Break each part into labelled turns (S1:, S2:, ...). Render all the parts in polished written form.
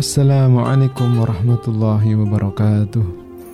S1: Assalamualaikum warahmatullahi wabarakatuh.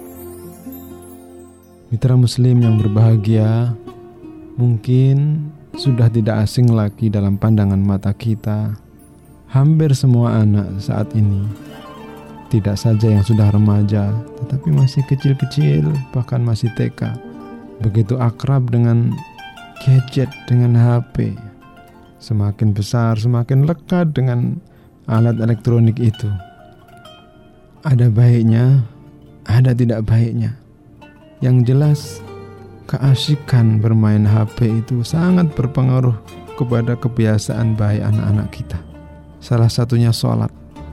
S1: Mitra muslim yang berbahagia, mungkin sudah tidak asing lagi dalam pandangan mata kita hampir semua anak saat ini. Tidak saja yang sudah remaja, tetapi masih kecil-kecil, bahkan masih TK, begitu akrab dengan gadget, dengan HP. Semakin besar, semakin lekat dengan alat elektronik itu. Ada baiknya, ada tidak baiknya. Yang jelas, keasikan bermain HP itu sangat berpengaruh kepada kebiasaan baik anak-anak kita. Salah satunya sholat.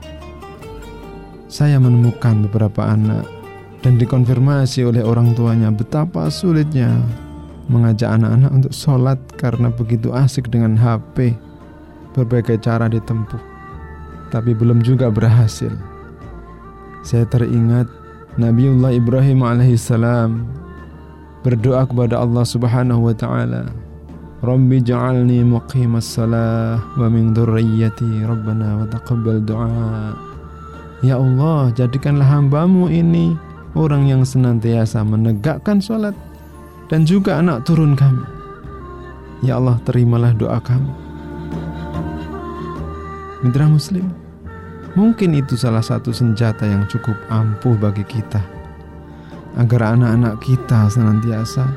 S1: Saya menemukan beberapa anak dan dikonfirmasi oleh orang tuanya betapa sulitnya mengajak anak-anak untuk sholat karena begitu asik dengan HP. Berbagai cara ditempuh, tapi belum juga berhasil. Saya teringat Nabiullah Ibrahim alaihissalam berdoa kepada Allah subhanahu wa ta'ala, Rabbi ja'alni muqimas salah wa min dhurriyyati Rabbana wa taqabbal du'a. Ya Allah, jadikanlah hambamu ini orang yang senantiasa menegakkan salat dan juga anak turun kami. Ya Allah, terimalah doa kami. Mitra muslim, mungkin itu salah satu senjata yang cukup ampuh bagi kita agar anak-anak kita senantiasa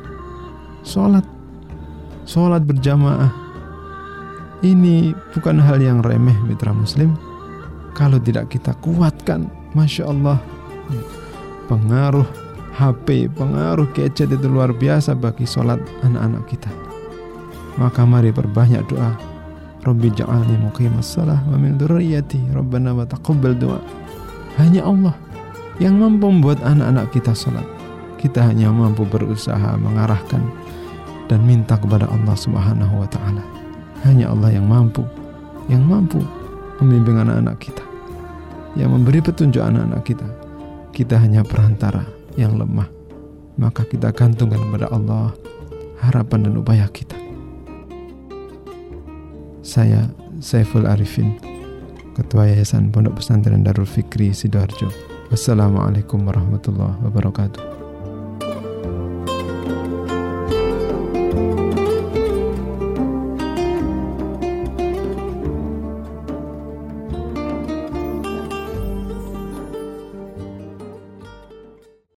S1: sholat berjamaah. Ini bukan hal yang remeh, mitra muslim. Kalau tidak kita kuatkan, Masya Allah, pengaruh HP, pengaruh gadget itu luar biasa bagi sholat anak-anak kita. Maka mari perbanyak doa. Rabbi ja'alni muqimas salah wa min dzurriyyati Rabbana wa taqabbal du'a. Hanya Allah yang mampu membuat anak-anak kita salat. Kita hanya mampu berusaha mengarahkan dan minta kepada Allah Subhanahu wa taala. Hanya Allah yang mampu membimbing anak-anak kita, yang memberi petunjuk anak-anak kita. Kita hanya perantara yang lemah. Maka kita gantungkan kepada Allah harapan dan upaya kita. Saya Saiful Arifin, Ketua Yayasan Pondok Pesantren Darul Fikri Sidoarjo. Wassalamualaikum warahmatullahi wabarakatuh.